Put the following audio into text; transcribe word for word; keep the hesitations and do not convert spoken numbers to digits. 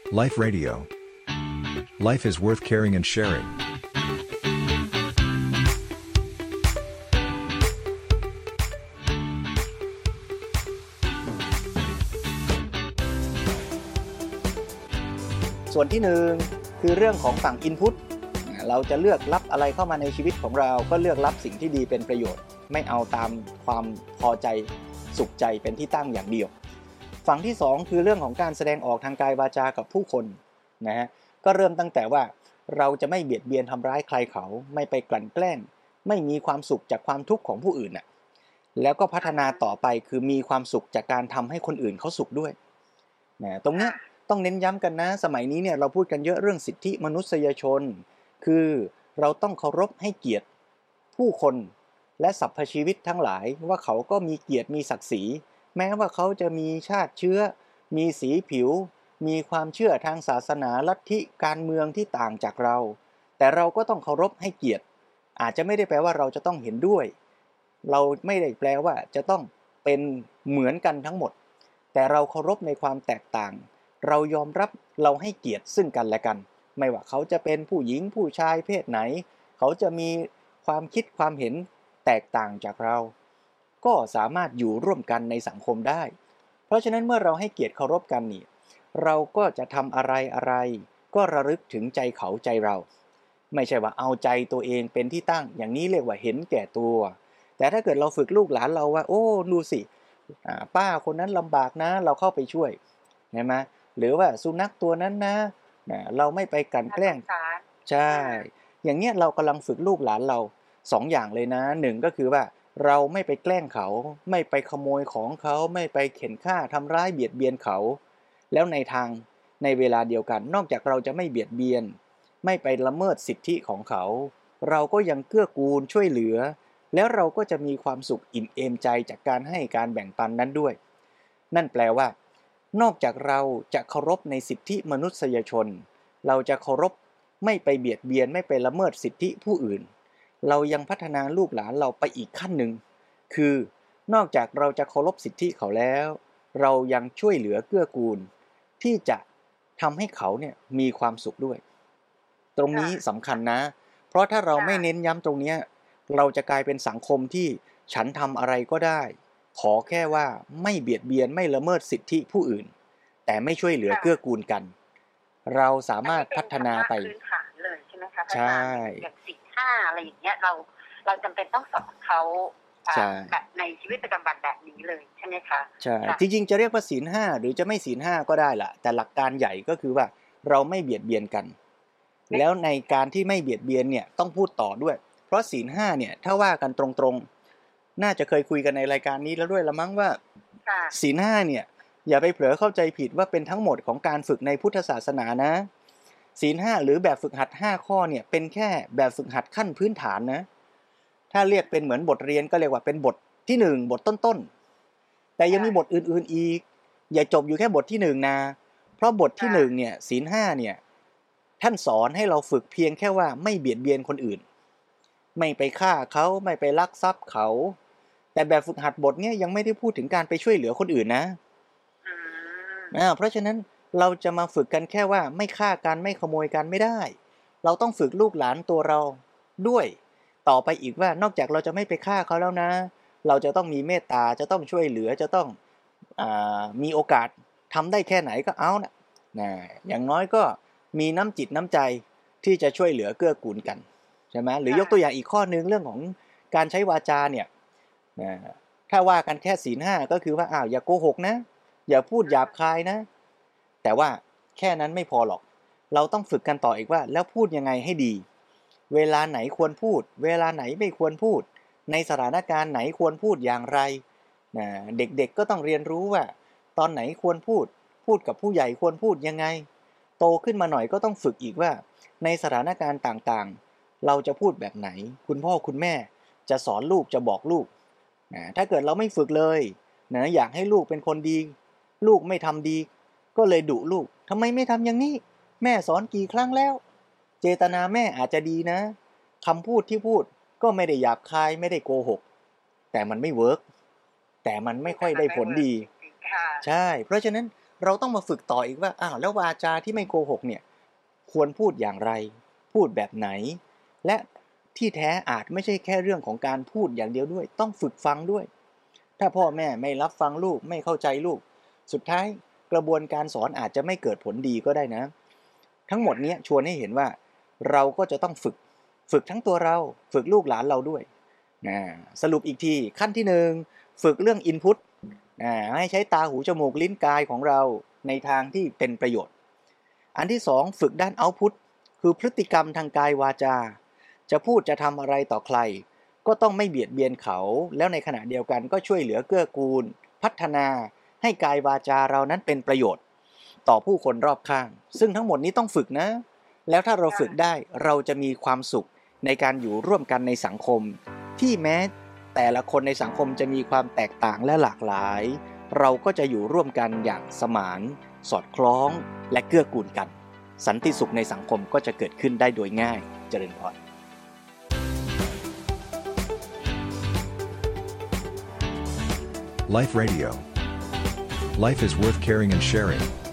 Life Radio. Life is worth caring and sharing. ส่วนที่หนึ่งคือเรื่องของฝั่ง input เราจะเลือกรับอะไรเข้ามาในชีวิตของเราก็เลือกรับสิ่งที่ดีเป็นประโยชน์ไม่เอาตามความพอใจสุขใจเป็นที่ตั้งอย่างเดียวฝั่งที่สองคือเรื่องของการแสดงออกทางกายวาจากับผู้คนนะฮะก็เริ่มตั้งแต่ว่าเราจะไม่เบียดเบียนทำร้ายใครเขาไม่ไปกลั่นแกล้งไม่มีความสุขจากความทุกข์ของผู้อื่นน่ะแล้วก็พัฒนาต่อไปคือมีความสุขจากการทำให้คนอื่นเขาสุขด้วยนะตรงนี้ต้องเน้นย้ำกันนะสมัยนี้เนี่ยเราพูดกันเยอะเรื่องสิทธิมนุษยชนคือเราต้องเคารพให้เกียรติผู้คนและสรรพชีวิตทั้งหลายว่าเขาก็มีเกียรติมีศักดิ์ศรีแม้ว่าเขาจะมีชาติเชื้อมีสีผิวมีความเชื่อทางศาสนาลัทธิการเมืองที่ต่างจากเราแต่เราก็ต้องเคารพให้เกียรติอาจจะไม่ได้แปลว่าเราจะต้องเห็นด้วยเราไม่ได้แปลว่าจะต้องเป็นเหมือนกันทั้งหมดแต่เราเคารพในความแตกต่างเรายอมรับเราให้เกียรติซึ่งกันและกันไม่ว่าเขาจะเป็นผู้หญิงผู้ชายเพศไหนเขาจะมีความคิดความเห็นแตกต่างจากเราก็สามารถอยู่ร่วมกันในสังคมได้เพราะฉะนั้นเมื่อเราให้เกียรติเคารพกันนี่เราก็จะทำอะไรอะไรก็ระลึกถึงใจเขาใจเราไม่ใช่ว่าเอาใจตัวเองเป็นที่ตั้งอย่างนี้เรียกว่าเห็นแก่ตัวแต่ถ้าเกิดเราฝึกลูกหลานเราว่าโอ้ดูสิป้าคนนั้นลำบากนะเราเข้าไปช่วยใช่ไหมหรือว่าสุนัขตัวนั้นนะเราไม่ไปกลั่นแกล้งใช่อย่างเงี้ยเรากำลังฝึกลูกหลานเราสองอย่างเลยนะหนึ่งก็คือว่าเราไม่ไปแกล้งเขาไม่ไปขโมยของเขาไม่ไปเข็นฆ่าทำร้ายเบียดเบียนเขาแล้วในทางในเวลาเดียวกันนอกจากเราจะไม่เบียดเบียนไม่ไปละเมิดสิทธิของเขาเราก็ยังเกื้อกูลช่วยเหลือแล้วเราก็จะมีความสุขอิ่มเอมใจจากการให้การแบ่งปันนั้นด้วยนั่นแปลว่านอกจากเราจะเคารพในสิทธิมนุษยชนเราจะเคารพไม่ไปเบียดเบียนไม่ไปละเมิดสิทธิผู้อื่นเรายังพัฒนาลูกหลานเราไปอีกขั้นหนึ่งคือนอกจากเราจะเคารพสิทธิเขาแล้วเรายังช่วยเหลือเกื้อกูลที่จะทำให้เขาเนี่ยมีความสุขด้วยตรงนี้สำคัญนะเพราะถ้าเราไม่เน้นย้ำตรงนี้เราจะกลายเป็นสังคมที่ฉันทำอะไรก็ได้ขอแค่ว่าไม่เบียดเบียนไม่ละเมิดสิทธิผู้อื่นแต่ไม่ช่วยเหลือเกื้อกูลกันเราสามารถพัฒนาไปพื้นฐานเลยใช่ไหมคะใช่อย่างศีลห้าอะไรอย่างเงี้ยเราเราจำเป็นต้องสอนเขาแบบในชีวิตประจำวันแบบนี้เลยใช่ไหมคะใช่จริงๆจะเรียกว่าศีลห้าหรือจะไม่ศีลห้าก็ได้ล่ะแต่หลักการใหญ่ก็คือว่าเราไม่เบียดเบียนกันแล้วในการที่ไม่เบียดเบียนเนี่ยต้องพูดต่อด้วยเพราะศีลห้าเนี่ยถ้าว่ากันตรงๆน่าจะเคยคุยกันในรายการนี้แล้วด้วยละมั้งว่าศีลห้าเนี่ยอย่าไปเผลอเข้าใจผิดว่าเป็นทั้งหมดของการฝึกในพุทธศาสนานะศีลห้าหรือแบบฝึกหัดห้าข้อเนี่ยเป็นแค่แบบฝึกหัดขั้นพื้นฐานนะถ้าเรียกเป็นเหมือนบทเรียนก็เรียกว่าเป็นบทที่หนึ่งบทต้นๆแต่ยังมีบทอื่นๆอีกอย่าจบอยู่แค่บทที่หนึ่งนะเพราะบทที่หนึ่งเนี่ยศีลห้าเนี่ยท่านสอนให้เราฝึกเพียงแค่ว่าไม่เบียดเบียนคนอื่นไม่ไปฆ่าเขาไม่ไปลักทรัพย์เขาแต่แบบฝึกหัดบทเนี้ยยังไม่ได้พูดถึงการไปช่วยเหลือคนอื่นนะอ่าเพราะฉะนั้นเราจะมาฝึกกันแค่ว่าไม่ฆ่ากันไม่ขโมยกันไม่ได้เราต้องฝึกลูกหลานตัวเราด้วยต่อไปอีกว่านอกจากเราจะไม่ไปฆ่าเขาแล้วนะเราจะต้องมีเมตตาจะต้องช่วยเหลือจะต้องอ่ามีโอกาสทำได้แค่ไหนก็เอานะนะอย่างน้อยก็มีน้ำจิตน้ำใจที่จะช่วยเหลือเกื้อกูลกันใช่ไหมหรือยกตัวอย่างอีกข้อนึงเรื่องของการใช้วาจาเนี่ยนะถ้าว่ากันแค่ศีลห้าก็คือว่าอ้าวอย่าโกหกนะอย่าพูดหยาบคายนะแต่ว่าแค่นั้นไม่พอหรอกเราต้องฝึกกันต่ออีกว่าแล้วพูดยังไงให้ดีเวลาไหนควรพูดเวลาไหนไม่ควรพูดในสถานการณ์ไหนควรพูดอย่างไรนะเด็กๆก็ต้องเรียนรู้ว่าตอนไหนควรพูดพูดกับผู้ใหญ่ควรพูดยังไงโตขึ้นมาหน่อยก็ต้องฝึกอีกว่าในสถานการณ์ต่างๆเราจะพูดแบบไหนคุณพ่อคุณแม่จะสอนลูกจะบอกลูกนะถ้าเกิดเราไม่ฝึกเลยนะอยากให้ลูกเป็นคนดีลูกไม่ทำดีก็เลยดุลูกทำไมไม่ทำอย่างนี้แม่สอนกี่ครั้งแล้วเจตนาแม่อาจจะดีนะคำพูดที่พูดก็ไม่ได้หยาบคายไม่ได้โกหกแต่มันไม่เวิร์กแต่มันไม่ค่อยได้ผลดีใช่เพราะฉะนั้นเราต้องมาฝึกต่ออีกว่าอ้าวแล้ววาจาที่ไม่โกหกเนี่ยควรพูดอย่างไรพูดแบบไหนและที่แท้อาจไม่ใช่แค่เรื่องของการพูดอย่างเดียวด้วยต้องฝึกฟังด้วยถ้าพ่อแม่ไม่รับฟังลูกไม่เข้าใจลูกสุดท้ายกระบวนการสอนอาจจะไม่เกิดผลดีก็ได้นะทั้งหมดนี้ชวนให้เห็นว่าเราก็จะต้องฝึกฝึกทั้งตัวเราฝึกลูกหลานเราด้วยนะสรุปอีกทีขั้นที่หนึ่งฝึกเรื่อง input นะให้ใช้ตาหูจมูกลิ้นกายของเราในทางที่เป็นประโยชน์อันที่สองฝึกด้าน output คือพฤติกรรมทางกายวาจาจะพูดจะทำอะไรต่อใครก็ต้องไม่เบียดเบียนเขาแล้วในขณะเดียวกันก็ช่วยเหลือเกื้อกูลพัฒนาให้กายวาจาเรานั้นเป็นประโยชน์ต่อผู้คนรอบข้างซึ่งทั้งหมดนี้ต้องฝึกนะแล้วถ้าเราฝึกได้เราจะมีความสุขในการอยู่ร่วมกันในสังคมที่แม้แต่ละคนในสังคมจะมีความแตกต่างและหลากหลายเราก็จะอยู่ร่วมกันอย่างสมานสอดคล้องและเกื้อกูลกันสันติสุขในสังคมก็จะเกิดขึ้นได้โดยง่ายเจริญพร Life Radio. Life is worth caring and sharing.